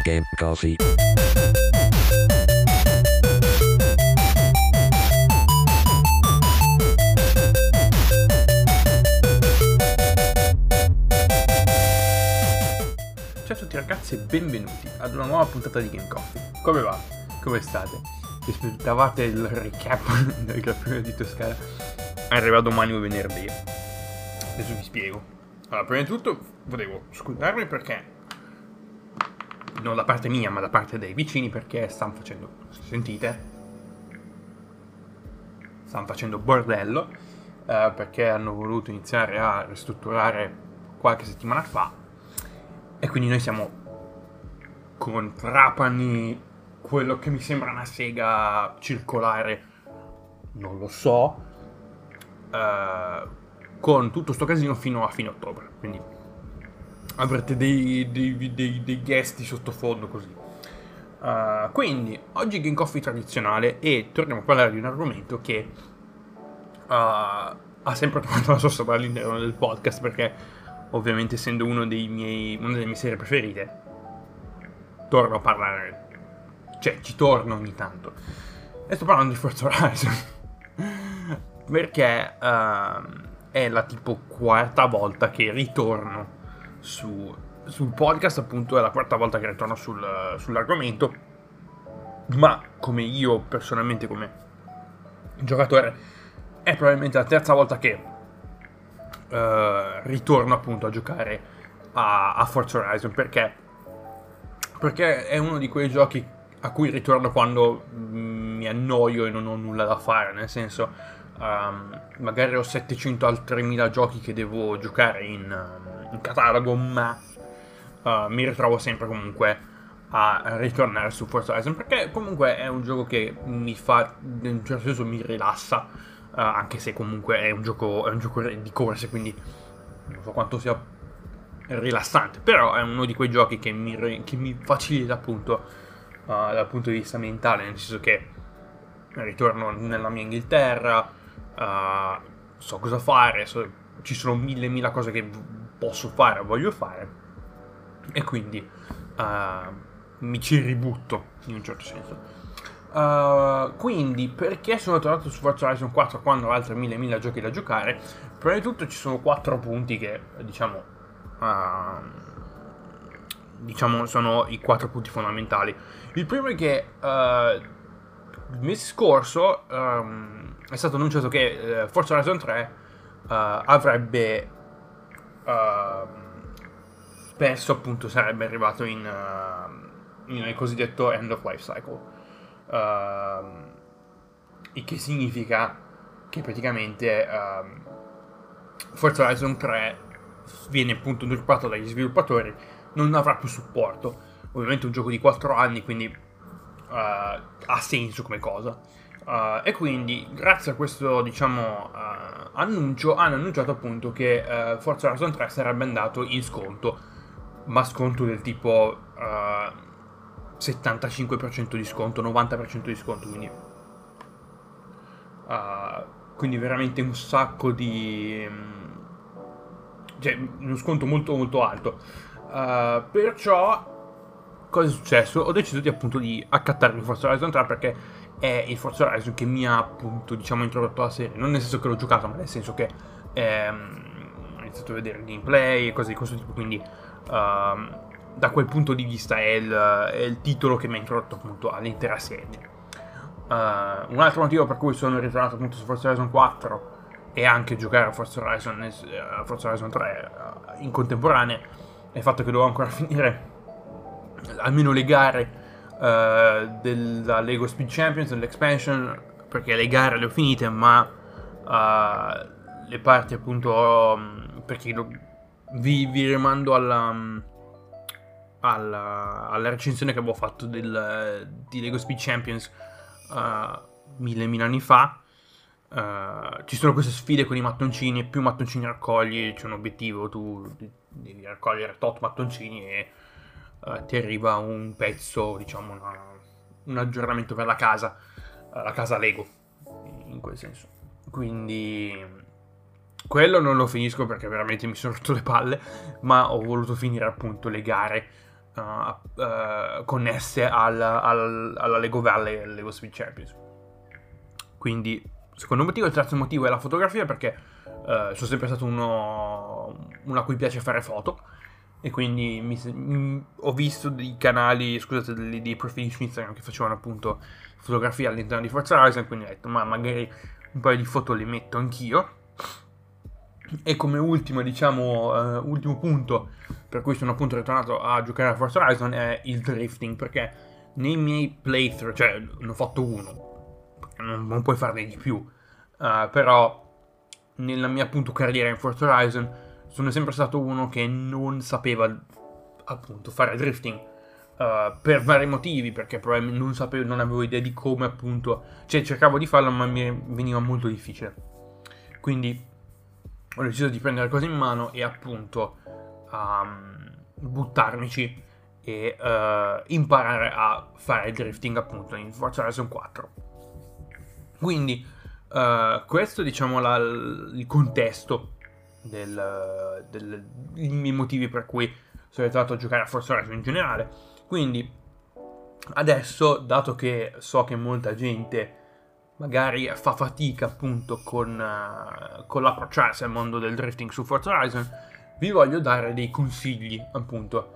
Game Coffee. Ciao a tutti ragazzi e benvenuti ad una nuova puntata di Game Coffee. Come va? Come state? Vi aspettavate il recap del Gran Premio di Toscana? Arriva domani o venerdì. Adesso vi spiego. Allora, prima di tutto volevo scusarmi perché non da parte mia ma da parte dei vicini, perché stanno facendo, se sentite, stanno facendo bordello, perché hanno voluto iniziare a ristrutturare qualche settimana fa. E quindi noi siamo con trapani, quello che mi sembra una sega circolare, non lo so, con tutto sto casino fino a fine ottobre. Quindi avrete dei guest di sottofondo così. Quindi oggi Game Coffee tradizionale e torniamo a parlare di un argomento che ha sempre trovato la sua strada all'interno del podcast, perché ovviamente essendo una delle mie serie preferite, torno a parlare, cioè ci torno ogni tanto. E sto parlando di Forza Horizon perché è la tipo quarta volta che ritorno sul podcast, appunto è la quarta volta che ritorno sull'argomento, ma come io personalmente, come giocatore, è probabilmente la terza volta che ritorno appunto a giocare a Forza Horizon, perché è uno di quei giochi a cui ritorno quando mi annoio e non ho nulla da fare, nel senso magari ho 700 altri mila giochi che devo giocare in catalogo, ma mi ritrovo sempre comunque a ritornare su Forza Horizon, perché comunque è un gioco che mi fa, in un certo senso mi rilassa. Anche se comunque è un gioco di corse, quindi non so quanto sia rilassante, però è uno di quei giochi che mi facilita appunto dal punto di vista mentale, nel senso che ritorno nella mia Inghilterra, so cosa fare, ci sono mille cose che posso fare o voglio fare, e quindi mi ci ributto in un certo senso. Quindi perché sono tornato su Forza Horizon 4 quando ho altri mille giochi da giocare? Prima di tutto ci sono 4 punti che diciamo sono i 4 punti fondamentali. Il primo è che il mese scorso è stato annunciato che Forza Horizon 3 avrebbe perso, appunto sarebbe arrivato nel cosiddetto end of life cycle. Il che significa che praticamente Forza Horizon 3 viene appunto droppato dagli sviluppatori, non avrà più supporto. Ovviamente è un gioco di 4 anni, quindi ha senso come cosa, e quindi grazie a questo annuncio hanno annunciato appunto che Forza Horizon 3 sarebbe andato in sconto, ma sconto del tipo 75% di sconto, 90% di sconto, quindi veramente un sacco cioè uno sconto molto molto alto. Perciò cosa è successo? Ho deciso di accattarmi Forza Horizon 3, perché è il Forza Horizon che mi ha appunto introdotto alla serie, non nel senso che l'ho giocato, ma nel senso che ho iniziato a vedere gameplay e cose di questo tipo, quindi da quel punto di vista è il titolo che mi ha introdotto appunto all'intera serie. Un altro motivo per cui sono ritornato appunto su Forza Horizon 4 e anche giocare a Forza Horizon 3 in contemporanea è il fatto che devo ancora finire almeno le gare della Lego Speed Champions, dell'expansion, perché le gare le ho finite, ma le parti appunto, perché vi rimando alla recensione che avevo fatto di Lego Speed Champions 1000 anni fa. Ci sono queste sfide con i mattoncini, e più mattoncini raccogli c'è un obiettivo, tu devi raccogliere tot mattoncini e ti arriva un pezzo, diciamo un aggiornamento per la casa Lego, in quel senso. Quindi quello non lo finisco perché veramente mi sono rotto le palle, ma ho voluto finire appunto le gare connesse alla Lego Valley e Lego Speed Champions. Quindi, secondo motivo. Il terzo motivo è la fotografia, perché sono sempre stato uno a cui piace fare foto, e quindi ho visto dei canali, scusate, dei profili su Instagram che facevano appunto fotografia all'interno di Forza Horizon, quindi ho detto, ma magari un paio di foto le metto anch'io. E come ultimo, diciamo, ultimo punto per cui sono appunto ritornato a giocare a Forza Horizon è il drifting, perché nei miei playthrough, cioè ne ho fatto uno, perché non puoi farne di più, però nella mia appunto carriera in Forza Horizon sono sempre stato uno che non sapeva appunto fare drifting, per vari motivi, perché probabilmente non avevo idea di come appunto, cioè cercavo di farlo ma mi veniva molto difficile, quindi ho deciso di prendere le cose in mano e appunto buttarmici e imparare a fare drifting appunto in Forza Horizon 4. Quindi questo, diciamo, il contesto i miei motivi per cui sono entrato a giocare a Forza Horizon in generale. Quindi adesso, dato che so che molta gente magari fa fatica appunto con l'approcciarsi al mondo del drifting su Forza Horizon, vi voglio dare dei consigli appunto.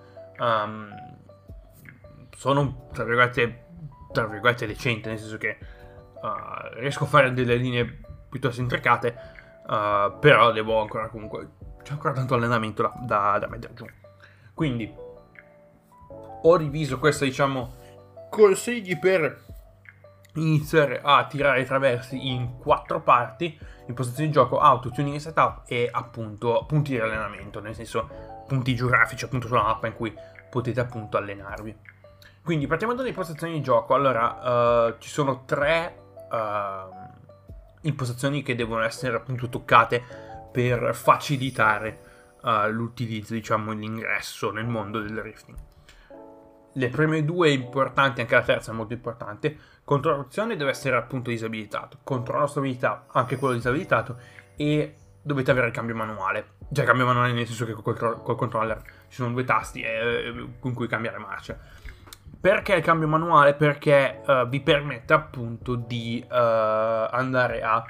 Sono tra virgolette decente, nel senso che riesco a fare delle linee piuttosto intricate, però devo ancora, comunque c'è ancora tanto allenamento da mettere giù. Quindi ho diviso questo, diciamo, consigli per iniziare a tirare i traversi in 4 parti: impostazioni di gioco, auto, tuning e setup, e appunto punti di allenamento, nel senso punti geografici appunto sulla mappa in cui potete appunto allenarvi. Quindi partiamo dalle impostazioni di gioco. Allora, ci sono 3 impostazioni che devono essere appunto toccate per facilitare l'utilizzo, diciamo, l'ingresso nel mondo del drifting. Le prime 2 importanti, anche la terza è molto importante. Controllo opzione deve essere appunto disabilitato, controllo stabilità anche quello disabilitato, e dovete avere il cambio manuale, cioè cambio manuale nel senso che col controller ci sono 2 tasti con cui cambiare marcia. Perché il cambio manuale? Perché vi permette appunto di andare a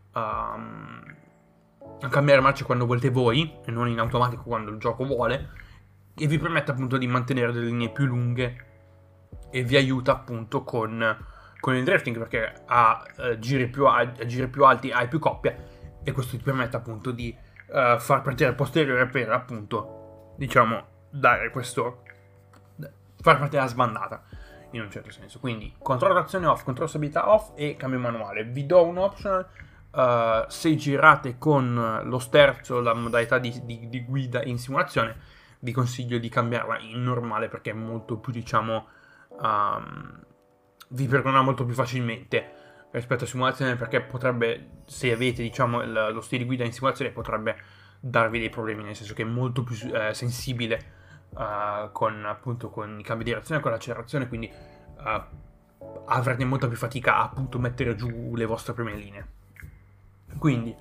cambiare marcia quando volete voi e non in automatico quando il gioco vuole, e vi permette appunto di mantenere delle linee più lunghe e vi aiuta appunto con il drifting, perché a giri più alti hai più coppia, e questo ti permette appunto di far partire il posteriore per appunto, diciamo, dare questo, far partire la sbandata in un certo senso. Quindi controllo azione off, controllo stabilità off e cambio manuale. Vi do un optional: se girate con lo sterzo, la modalità di guida in simulazione, vi consiglio di cambiarla in normale, perché è molto più, diciamo, vi perdona molto più facilmente rispetto a simulazione, perché potrebbe, se avete, diciamo, lo stile di guida in simulazione, potrebbe darvi dei problemi, nel senso che è molto più sensibile con i cambi di direzione, con l'accelerazione, quindi avrete molta più fatica a appunto mettere giù le vostre prime linee. Quindi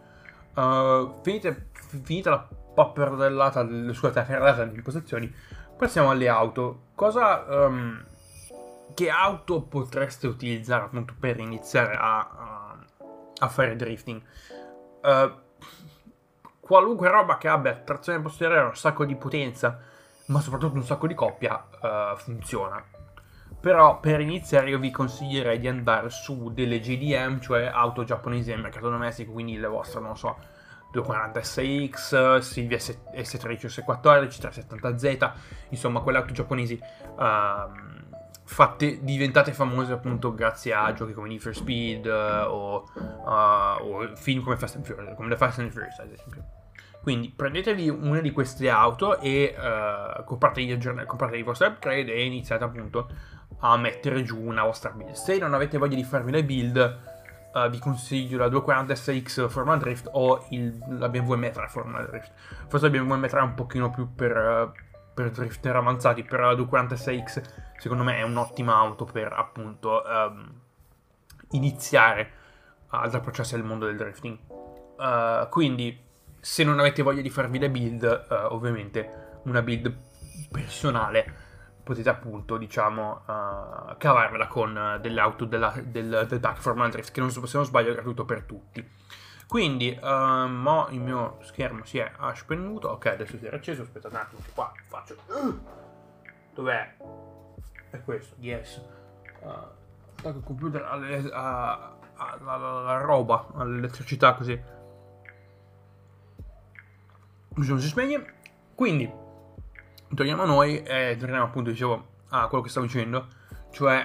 finita la pappardellata, scusate, la carrellata delle impostazioni, passiamo alle auto. Che auto potreste utilizzare appunto per iniziare a fare drifting? Qualunque roba che abbia trazione posteriore, un sacco di potenza, ma soprattutto un sacco di coppia, funziona. Però per iniziare io vi consiglierei di andare su delle JDM, cioè auto giapponesi del mercato domestico, quindi le vostre, non so, 240 SX, Silvia S13 o S14, 370Z, insomma quelle auto giapponesi diventate famose appunto grazie a giochi come Need for Speed o film come Fast and Furious, come The Fast and Furious ad esempio. Quindi prendetevi una di queste auto e comprate i vostri upgrade e iniziate appunto a mettere giù una vostra build. Se non avete voglia di farvi le build, vi consiglio la 240 SX Formula Drift o la BMW M3 Formula Drift. Forse la BMW M3 è un pochino più per drifter avanzati, però la 240 SX secondo me è un'ottima auto per appunto iniziare ad approcciarsi al mondo del drifting. Quindi se non avete voglia di farvi le build, ovviamente una build personale potete appunto, diciamo, cavarvela con delle auto del pack Formula Drift, che non so, se non sbaglio è gratuito per tutti. Quindi, mo il mio schermo si è spegnuto. Ok, adesso si è acceso. Aspetta un attimo, che qua faccio. Dov'è? È questo, yes. Il computer alla roba, all'elettricità, così. Non si spegne. Quindi, torniamo a noi e torniamo appunto, dicevo, a quello che stavo dicendo, cioè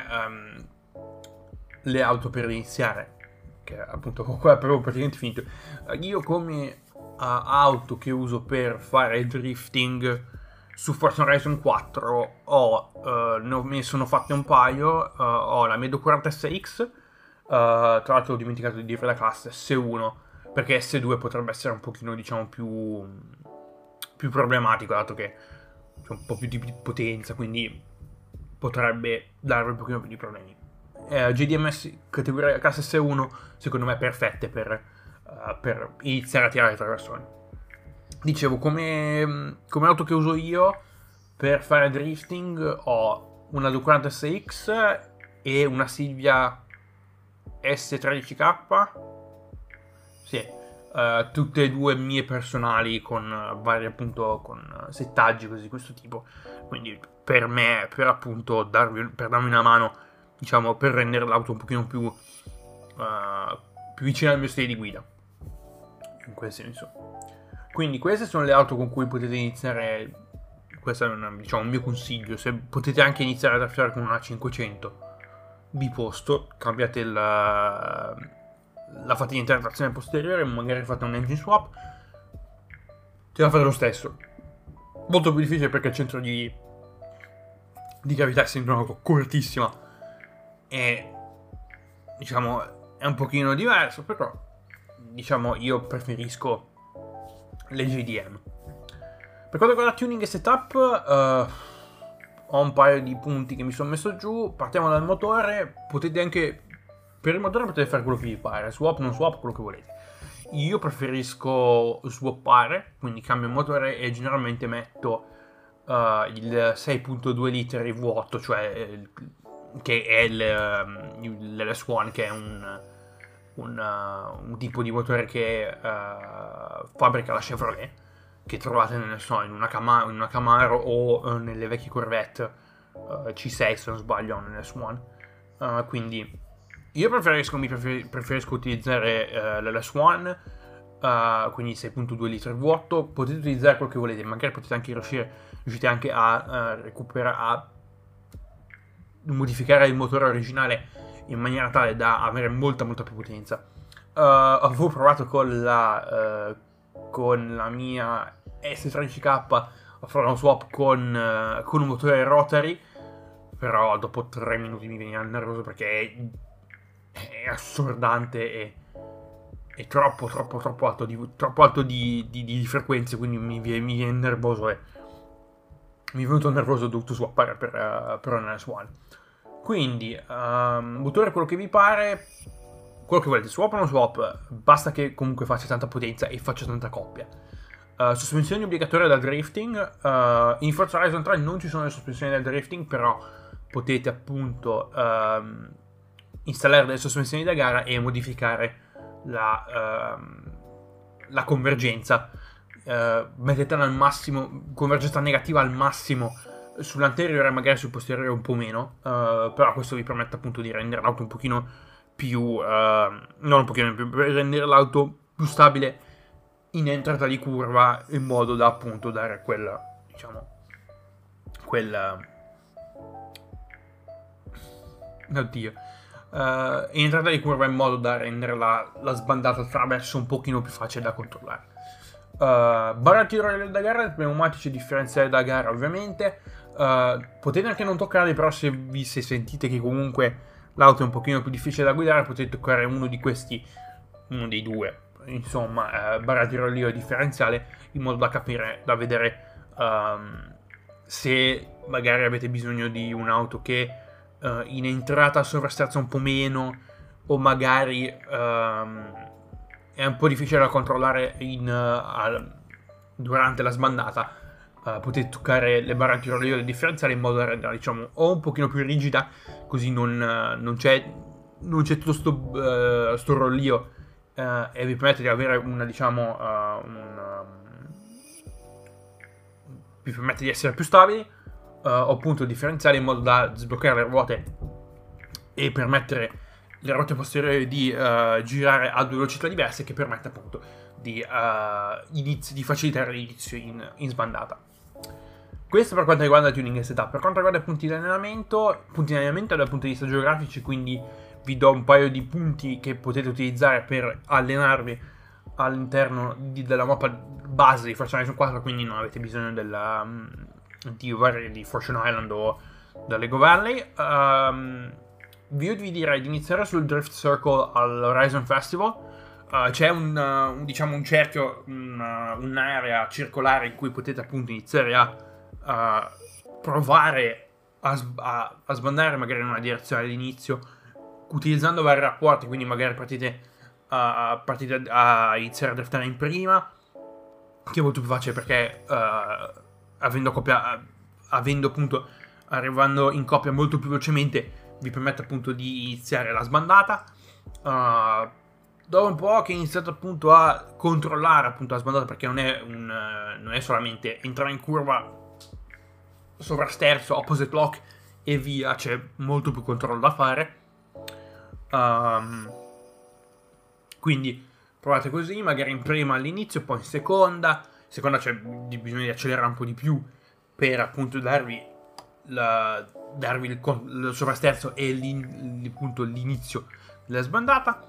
le auto per iniziare, che appunto qua è proprio praticamente finito. Io come auto che uso per fare drifting su Forza Horizon 4 me ne sono fatte un paio. Ho la mia 246X, tra l'altro ho dimenticato di dire la classe S1, perché S2 potrebbe essere un pochino, diciamo, più problematico, dato che c'è un po' più di potenza, quindi potrebbe darvi un pochino più di problemi. GDMS categoria classe S1 secondo me perfette per iniziare a tirare le traversoni. Dicevo, come auto che uso io per fare drifting ho una 246X e una Silvia S13K. Sì, tutte e due mie personali, con vari appunto con settaggi così di questo tipo. Quindi per me, per appunto darmi una mano, diciamo, per rendere l'auto un pochino più vicina al mio stile di guida, in quel senso. Quindi queste sono le auto con cui potete iniziare. Questo è diciamo, un mio consiglio. Se potete anche iniziare a draftere con una 500 biposto, cambiate la fate diventare trazione posteriore, magari fate un engine swap, ce la fate lo stesso. Molto più difficile perché il centro di gravità, essendo un'auto cortissima, e diciamo è un pochino diverso, però diciamo io preferisco le JDM. Per quanto riguarda tuning e setup, ho un paio di punti che mi sono messo giù. Partiamo dal motore. Potete anche, per il motore potete fare quello che vi pare, swap, non swap, quello che volete. Io preferisco swappare, quindi cambio il motore e generalmente metto il 6.2 litri vuoto, cioè che è l'LS1, che è un tipo di motore che fabbrica la Chevrolet, che trovate in una Camaro o nelle vecchie Corvette C6 se non sbaglio, nell'S1. Quindi io preferisco utilizzare l'LS1, quindi 6.2 litri vuoto. Potete utilizzare quello che volete, magari potete anche riuscite anche a recuperare, a modificare il motore originale in maniera tale da avere molta più potenza. Avevo provato con la mia S13K a fare un swap con un motore rotary, però dopo 3 minuti mi veniva nervoso perché è assordante e è troppo alto di frequenze, quindi mi viene nervoso e mi è venuto nervoso, ho dovuto swappare per un S1. Quindi motore quello che vi pare, quello che volete, swap o non swap, basta che comunque faccia tanta potenza e faccia tanta coppia. Sospensioni obbligatorie da drifting. In Forza Horizon 3 non ci sono le sospensioni da drifting, però potete appunto installare delle sospensioni da gara e modificare la convergenza. Mettetela al massimo, convergenza negativa al massimo sull'anteriore, magari sul posteriore un po' meno, però questo vi permette appunto di rendere l'auto un pochino più non un pochino più, per rendere l'auto più stabile in entrata di curva, in modo da appunto dare quel, diciamo, oddio, in entrata di curva, in modo da rendere la sbandata attraverso un pochino più facile da controllare. Barra tiro da gara, pneumatici differenziali da gara ovviamente. Potete anche non toccarli, però se sentite che comunque l'auto è un pochino più difficile da guidare, potete toccare uno dei due, insomma, barra tiro differenziale, in modo da capire, da vedere se magari avete bisogno di un'auto che in entrata sovrasterza un po' meno, o magari è un po' difficile da controllare durante la sbandata. potete toccare le barre anti-rollio del differenziale in modo da renderla, diciamo, o un pochino più rigida, così non c'è tutto sto rollio, e vi permette di avere una, diciamo, vi permette di essere più stabili, o appunto differenziale in modo da sbloccare le ruote e permettere le ruote posteriori di girare a 2 velocità diverse, che permette appunto di facilitare l'inizio in sbandata. Questo per quanto riguarda il tuning e setup. Per quanto riguarda i punti di allenamento dal punto di vista geografici, quindi vi do un paio di punti che potete utilizzare per allenarvi all'interno della mappa base di Forza Horizon 4, quindi non avete bisogno di Fortune Island o da Lego Valley. Io vi direi di iniziare sul Drift Circle all'Horizon Festival. C'è un cerchio, un'area circolare in cui potete appunto iniziare a provare a sbandare magari in una direzione all'inizio, utilizzando vari rapporti, quindi magari partite a iniziare a driftare in prima, che è molto più facile perché arrivando in coppia molto più velocemente vi permette appunto di iniziare la sbandata. Dopo un po' che iniziate appunto a controllare appunto la sbandata, perché non è solamente entrare in curva, sovrasterzo, opposite lock e via, c'è molto più controllo da fare. Quindi provate così, magari in prima all'inizio, poi in seconda c'è bisogno di accelerare un po' di più per appunto darvi il sovrasterzo e appunto l'inizio della sbandata.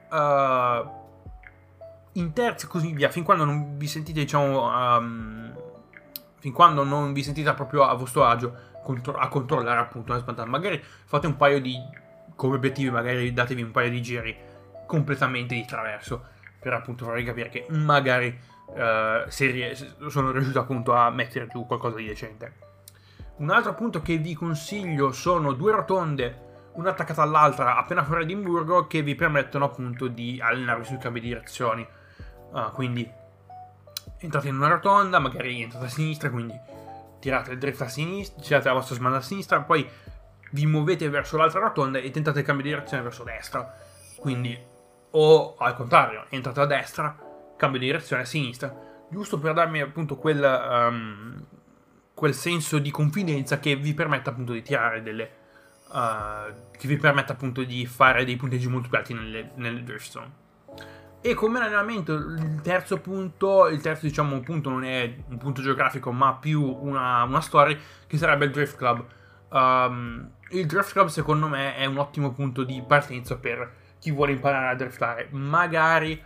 In terza e così via, fin quando non vi sentite, diciamo, fin quando non vi sentite proprio a vostro agio a controllare appunto la sbandata. Magari fate un paio di, come obiettivi, magari datevi un paio di giri completamente di traverso per appunto farvi capire che magari sono riuscito appunto a mettere giù qualcosa di decente. Un altro punto che vi consiglio sono 2 rotonde, una attaccata all'altra appena fuori Edimburgo, che vi permettono appunto di allenarvi sui cambi di direzioni. Quindi entrate in una rotonda, magari entrate a sinistra, quindi tirate il drift a sinistra, tirate la vostra sbanda a sinistra, poi vi muovete verso l'altra rotonda e tentate il cambio di direzione verso destra. Quindi, o al contrario, entrate a destra, cambio di direzione a sinistra, giusto per darmi appunto quel senso di confidenza che vi permette appunto di tirare che vi permette appunto di fare dei punteggi molto più alti nelle drift zone. E come allenamento il terzo diciamo punto non è un punto geografico ma più una story, che sarebbe il Drift Club. Il Drift Club secondo me è un ottimo punto di partenza per chi vuole imparare a driftare, magari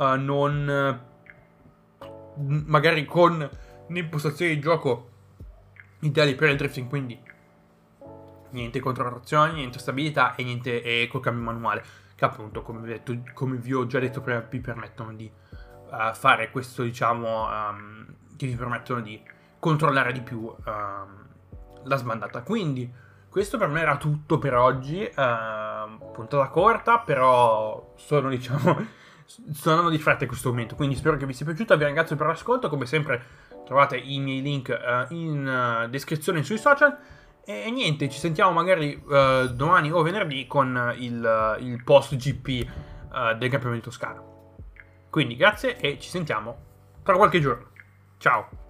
con un'impostazione di gioco ideali per il drifting, quindi niente controtrazione, niente stabilità e col cambio manuale, che appunto come vi ho già detto prima vi permettono di fare questo, diciamo, che vi permettono di controllare di più la sbandata. Quindi questo per me era tutto per oggi, puntata corta, però sono andando di fretta in questo momento, quindi spero che vi sia piaciuta. Vi ringrazio per l'ascolto, come sempre trovate i miei link in descrizione sui social. E niente, ci sentiamo magari domani o venerdì con il post GP del campionato toscano. Quindi grazie e ci sentiamo tra qualche giorno. Ciao!